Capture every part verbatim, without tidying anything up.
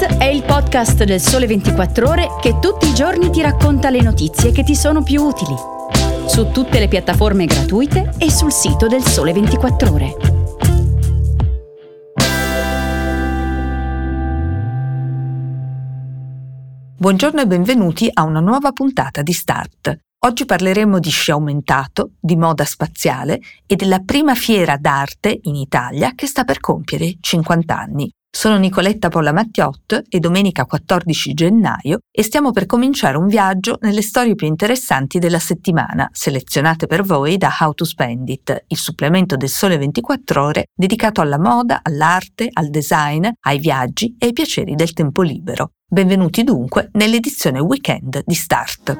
Start è il podcast del Sole ventiquattro Ore che tutti i giorni ti racconta le notizie che ti sono più utili. Su tutte le piattaforme gratuite e sul sito del Sole ventiquattro Ore. Buongiorno e benvenuti a una nuova puntata di Start. Oggi parleremo di sci aumentato, di moda spaziale e della prima fiera d'arte in Italia che sta per compiere cinquanta anni. Sono Nicoletta Paola Mattiot, è domenica quattordici gennaio e stiamo per cominciare un viaggio nelle storie più interessanti della settimana, selezionate per voi da How to Spend It, il supplemento del Sole ventiquattro Ore dedicato alla moda, all'arte, al design, ai viaggi e ai piaceri del tempo libero. Benvenuti dunque nell'edizione weekend di Start.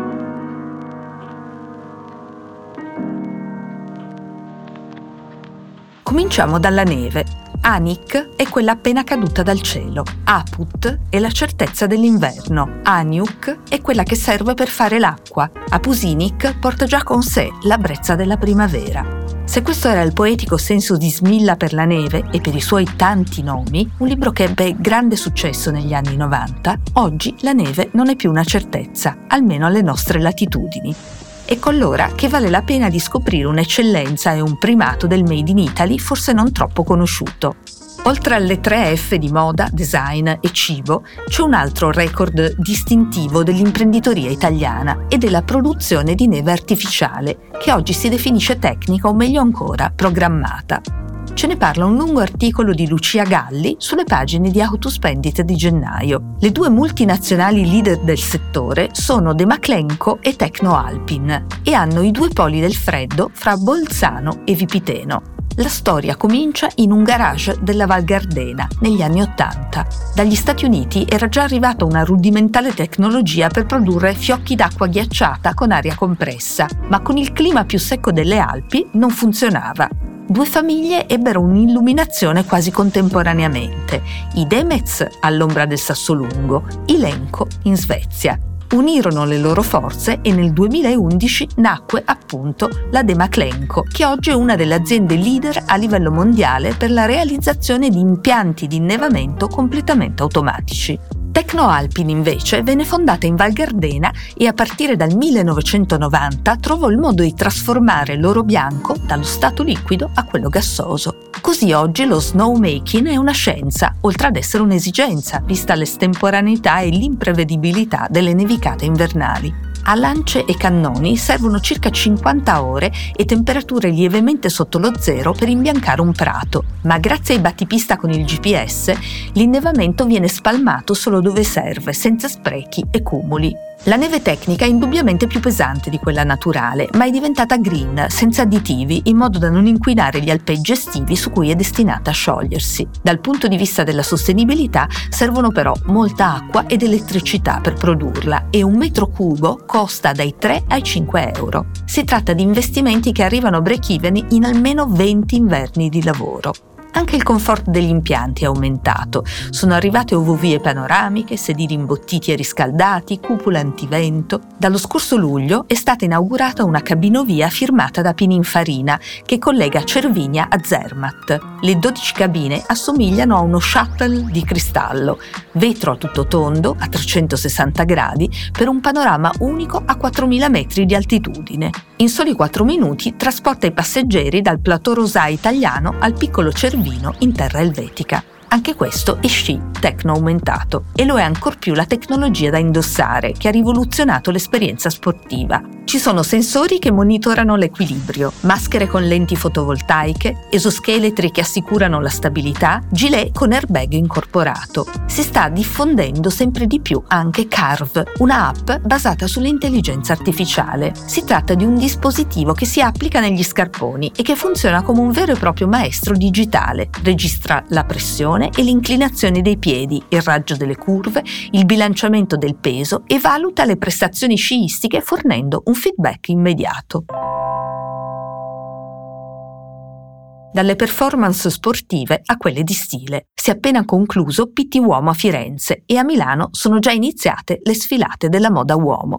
Cominciamo dalla neve. Anik è quella appena caduta dal cielo, Aput è la certezza dell'inverno, Aniuk è quella che serve per fare l'acqua, Apusinik porta già con sé la brezza della primavera. Se questo era il poetico senso di Smilla per la neve e per i suoi tanti nomi, un libro che ebbe grande successo negli anni novanta, oggi la neve non è più una certezza, almeno alle nostre latitudini. Ecco allora che vale la pena di scoprire un'eccellenza e un primato del Made in Italy forse non troppo conosciuto. Oltre alle tre F di moda, design e cibo, c'è un altro record distintivo dell'imprenditoria italiana e della produzione di neve artificiale, che oggi si definisce tecnica o meglio ancora programmata. Ce ne parla un lungo articolo di Lucia Galli sulle pagine di How to Spend It di gennaio. Le due multinazionali leader del settore sono Demaclenco e Tecnoalpin e hanno i due poli del freddo fra Bolzano e Vipiteno. La storia comincia in un garage della Val Gardena negli anni Ottanta. Dagli Stati Uniti era già arrivata una rudimentale tecnologia per produrre fiocchi d'acqua ghiacciata con aria compressa, ma con il clima più secco delle Alpi non funzionava. Due famiglie ebbero un'illuminazione quasi contemporaneamente, i Demets all'ombra del Sassolungo, i Lenco in Svezia. Unirono le loro forze e nel duemilaundici nacque appunto la Demaclenco, che oggi è una delle aziende leader a livello mondiale per la realizzazione di impianti di innevamento completamente automatici. Tecnoalpin invece venne fondata in Val Gardena e a partire dal millenovecentonovanta trovò il modo di trasformare l'oro bianco dallo stato liquido a quello gassoso. Così oggi lo snowmaking è una scienza, oltre ad essere un'esigenza, vista l'estemporaneità e l'imprevedibilità delle nevicate invernali. A lance e cannoni servono circa cinquanta ore e temperature lievemente sotto lo zero per imbiancare un prato, ma grazie ai battipista con il G P S l'innevamento viene spalmato solo dove serve, senza sprechi e cumuli. La neve tecnica è indubbiamente più pesante di quella naturale, ma è diventata green, senza additivi, in modo da non inquinare gli alpeggi estivi su cui è destinata a sciogliersi. Dal punto di vista della sostenibilità servono però molta acqua ed elettricità per produrla e un metro cubo costa dai tre ai cinque euro. Si tratta di investimenti che arrivano a break-even in almeno venti inverni di lavoro. Anche il comfort degli impianti è aumentato. Sono arrivate ovovie panoramiche, sedili imbottiti e riscaldati, cupole antivento. Dallo scorso luglio è stata inaugurata una cabinovia firmata da Pininfarina che collega Cervinia a Zermatt. Le dodici cabine assomigliano a uno shuttle di cristallo, vetro a tutto tondo a trecentosessanta gradi per un panorama unico a quattromila metri di altitudine. In soli quattro minuti trasporta i passeggeri dal plateau Rosà italiano al piccolo Cervinia in terra elvetica. Anche questo è sci tecno aumentato e lo è ancor più la tecnologia da indossare che ha rivoluzionato l'esperienza sportiva. Ci sono sensori che monitorano l'equilibrio, maschere con lenti fotovoltaiche, esoscheletri che assicurano la stabilità, gilet con airbag incorporato. Si sta diffondendo sempre di più anche Carve, una app basata sull'intelligenza artificiale. Si tratta di un dispositivo che si applica negli scarponi e che funziona come un vero e proprio maestro digitale. Registra la pressione e l'inclinazione dei piedi, il raggio delle curve, il bilanciamento del peso e valuta le prestazioni sciistiche fornendo un feedback immediato. Dalle performance sportive a quelle di stile. Si è appena concluso P T Uomo a Firenze e a Milano sono già iniziate le sfilate della moda uomo.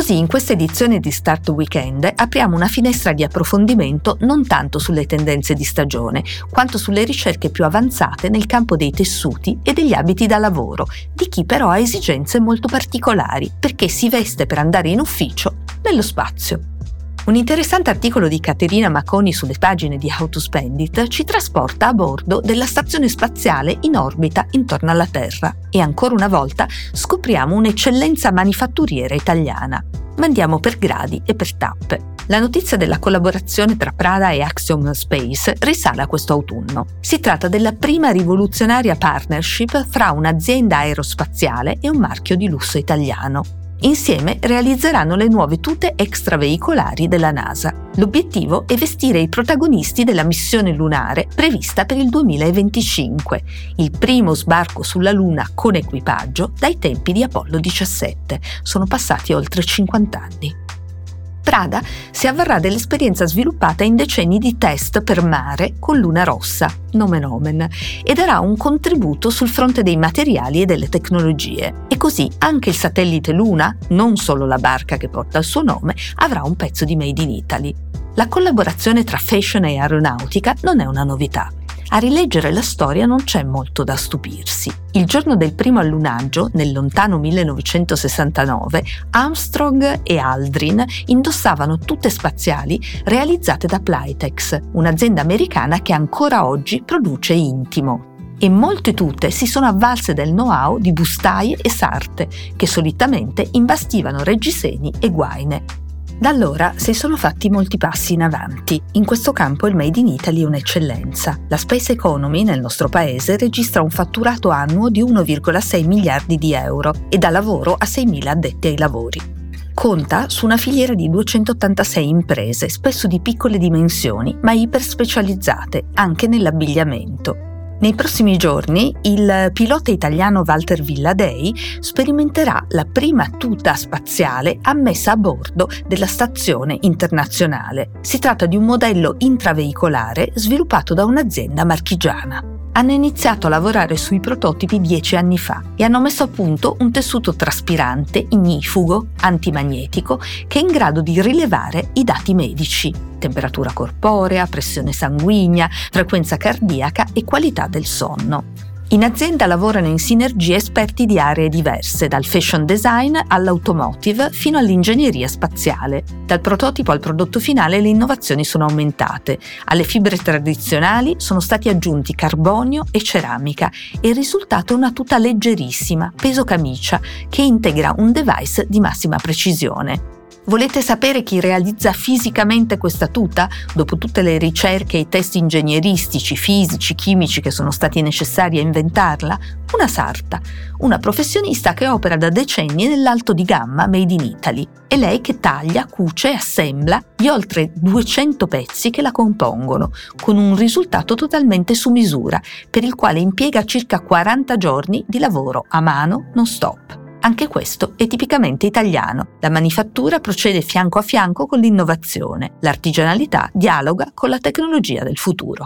Così in questa edizione di Start Weekend apriamo una finestra di approfondimento non tanto sulle tendenze di stagione, quanto sulle ricerche più avanzate nel campo dei tessuti e degli abiti da lavoro, di chi però ha esigenze molto particolari, perché si veste per andare in ufficio nello spazio. Un interessante articolo di Caterina Maconi sulle pagine di How to Spend It ci trasporta a bordo della stazione spaziale in orbita intorno alla Terra e ancora una volta scopriamo un'eccellenza manifatturiera italiana. Ma andiamo per gradi e per tappe. La notizia della collaborazione tra Prada e Axiom Space risale a questo autunno. Si tratta della prima rivoluzionaria partnership fra un'azienda aerospaziale e un marchio di lusso italiano. Insieme realizzeranno le nuove tute extraveicolari della NASA. L'obiettivo è vestire i protagonisti della missione lunare prevista per il duemilaventicinque, il primo sbarco sulla Luna con equipaggio dai tempi di Apollo diciassette. Sono passati oltre cinquanta anni. Prada si avvarrà dell'esperienza sviluppata in decenni di test per mare con Luna Rossa, nomen omen, e darà un contributo sul fronte dei materiali e delle tecnologie. E così anche il satellite Luna, non solo la barca che porta il suo nome, avrà un pezzo di Made in Italy. La collaborazione tra fashion e aeronautica non è una novità. A rileggere la storia non c'è molto da stupirsi. Il giorno del primo allunaggio, nel lontano millenovecentosessantanove, Armstrong e Aldrin indossavano tute spaziali realizzate da Plytex, un'azienda americana che ancora oggi produce intimo. E molte tute si sono avvalse del know-how di Bustaie e Sarte, che solitamente imbastivano reggiseni e guaine. Da allora si sono fatti molti passi in avanti. In questo campo il Made in Italy è un'eccellenza. La Space Economy nel nostro paese registra un fatturato annuo di uno virgola sei miliardi di euro e dà lavoro a seimila addetti ai lavori. Conta su una filiera di duecentottantasei imprese, spesso di piccole dimensioni, ma iperspecializzate, anche nell'abbigliamento. Nei prossimi giorni il pilota italiano Walter Villadei sperimenterà la prima tuta spaziale ammessa a bordo della stazione internazionale. Si tratta di un modello intraveicolare sviluppato da un'azienda marchigiana. Hanno iniziato a lavorare sui prototipi dieci anni fa e hanno messo a punto un tessuto traspirante, ignifugo, antimagnetico, che è in grado di rilevare i dati medici: temperatura corporea, pressione sanguigna, frequenza cardiaca e qualità del sonno. In azienda lavorano in sinergia esperti di aree diverse, dal fashion design all'automotive fino all'ingegneria spaziale. Dal prototipo al prodotto finale le innovazioni sono aumentate. Alle fibre tradizionali sono stati aggiunti carbonio e ceramica e il risultato è una tuta leggerissima, peso camicia, che integra un device di massima precisione. Volete sapere chi realizza fisicamente questa tuta? Dopo tutte le ricerche e i test ingegneristici, fisici, chimici che sono stati necessari a inventarla? Una sarta, una professionista che opera da decenni nell'alto di gamma Made in Italy. È lei che taglia, cuce e assembla gli oltre duecento pezzi che la compongono, con un risultato totalmente su misura, per il quale impiega circa quaranta giorni di lavoro a mano non stop. Anche questo è tipicamente italiano. La manifattura procede fianco a fianco con l'innovazione. L'artigianalità dialoga con la tecnologia del futuro.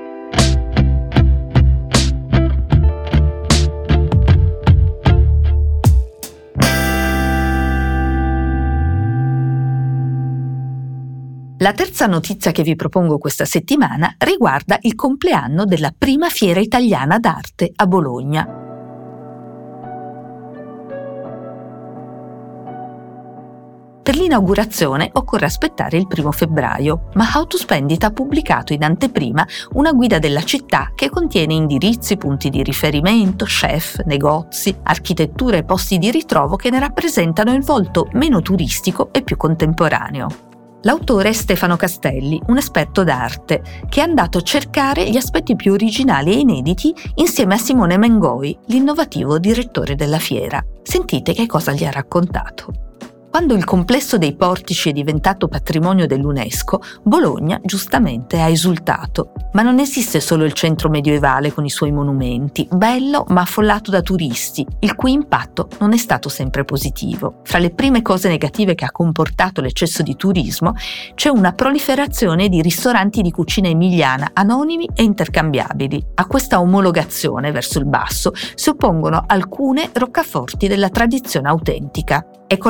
La terza notizia che vi propongo questa settimana riguarda il compleanno della prima fiera italiana d'arte a Bologna. Per l'inaugurazione occorre aspettare il primo febbraio, ma How to Spend It ha pubblicato in anteprima una guida della città che contiene indirizzi, punti di riferimento, chef, negozi, architetture e posti di ritrovo che ne rappresentano il volto meno turistico e più contemporaneo. L'autore è Stefano Castelli, un esperto d'arte, che è andato a cercare gli aspetti più originali e inediti insieme a Simone Mengoi, l'innovativo direttore della fiera. Sentite che cosa gli ha raccontato. Quando il complesso dei portici è diventato patrimonio dell'UNESCO, Bologna giustamente ha esultato. Ma non esiste solo il centro medievale con i suoi monumenti, bello ma affollato da turisti, il cui impatto non è stato sempre positivo. Fra le prime cose negative che ha comportato l'eccesso di turismo c'è una proliferazione di ristoranti di cucina emiliana anonimi e intercambiabili. A questa omologazione verso il basso si oppongono alcune roccaforti della tradizione autentica. È con loro una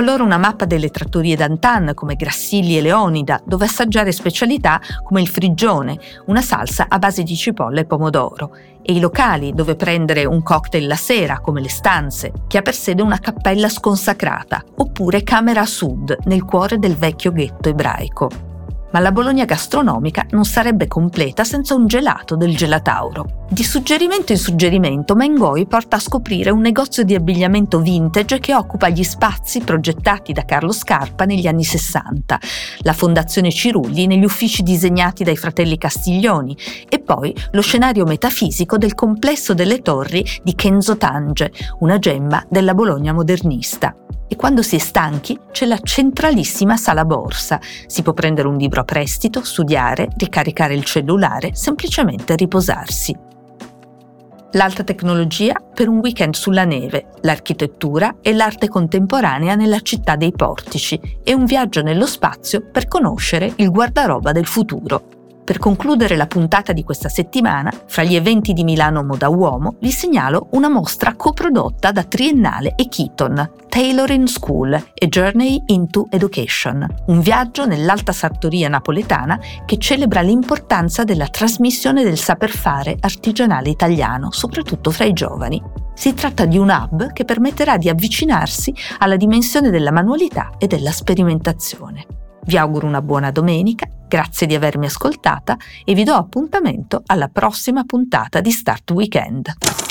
mappa delle trattorie d'Antan come Grassilli e Leonida, dove assaggiare specialità come il frigione, una salsa a base di cipolla e pomodoro, e i locali dove prendere un cocktail la sera come Le Stanze, che ha per sede una cappella sconsacrata, oppure Camera Sud, nel cuore del vecchio ghetto ebraico. Ma la Bologna gastronomica non sarebbe completa senza un gelato del Gelatauro. Di suggerimento in suggerimento, Mengoi porta a scoprire un negozio di abbigliamento vintage che occupa gli spazi progettati da Carlo Scarpa negli anni sessanta, la Fondazione Cirulli negli uffici disegnati dai fratelli Castiglioni e poi lo scenario metafisico del complesso delle torri di Kenzo Tange, una gemma della Bologna modernista. E quando si è stanchi c'è la centralissima sala borsa. Si può prendere un libro a prestito, studiare, ricaricare il cellulare, semplicemente riposarsi. L'alta tecnologia per un weekend sulla neve, l'architettura e l'arte contemporanea nella città dei portici e un viaggio nello spazio per conoscere il guardaroba del futuro. Per concludere la puntata di questa settimana, fra gli eventi di Milano Moda Uomo, vi segnalo una mostra coprodotta da Triennale e Keaton, Tailoring School, A Journey into Education, un viaggio nell'alta sartoria napoletana che celebra l'importanza della trasmissione del saper fare artigianale italiano, soprattutto fra i giovani. Si tratta di un hub che permetterà di avvicinarsi alla dimensione della manualità e della sperimentazione. Vi auguro una buona domenica, grazie di avermi ascoltata e vi do appuntamento alla prossima puntata di Start Weekend.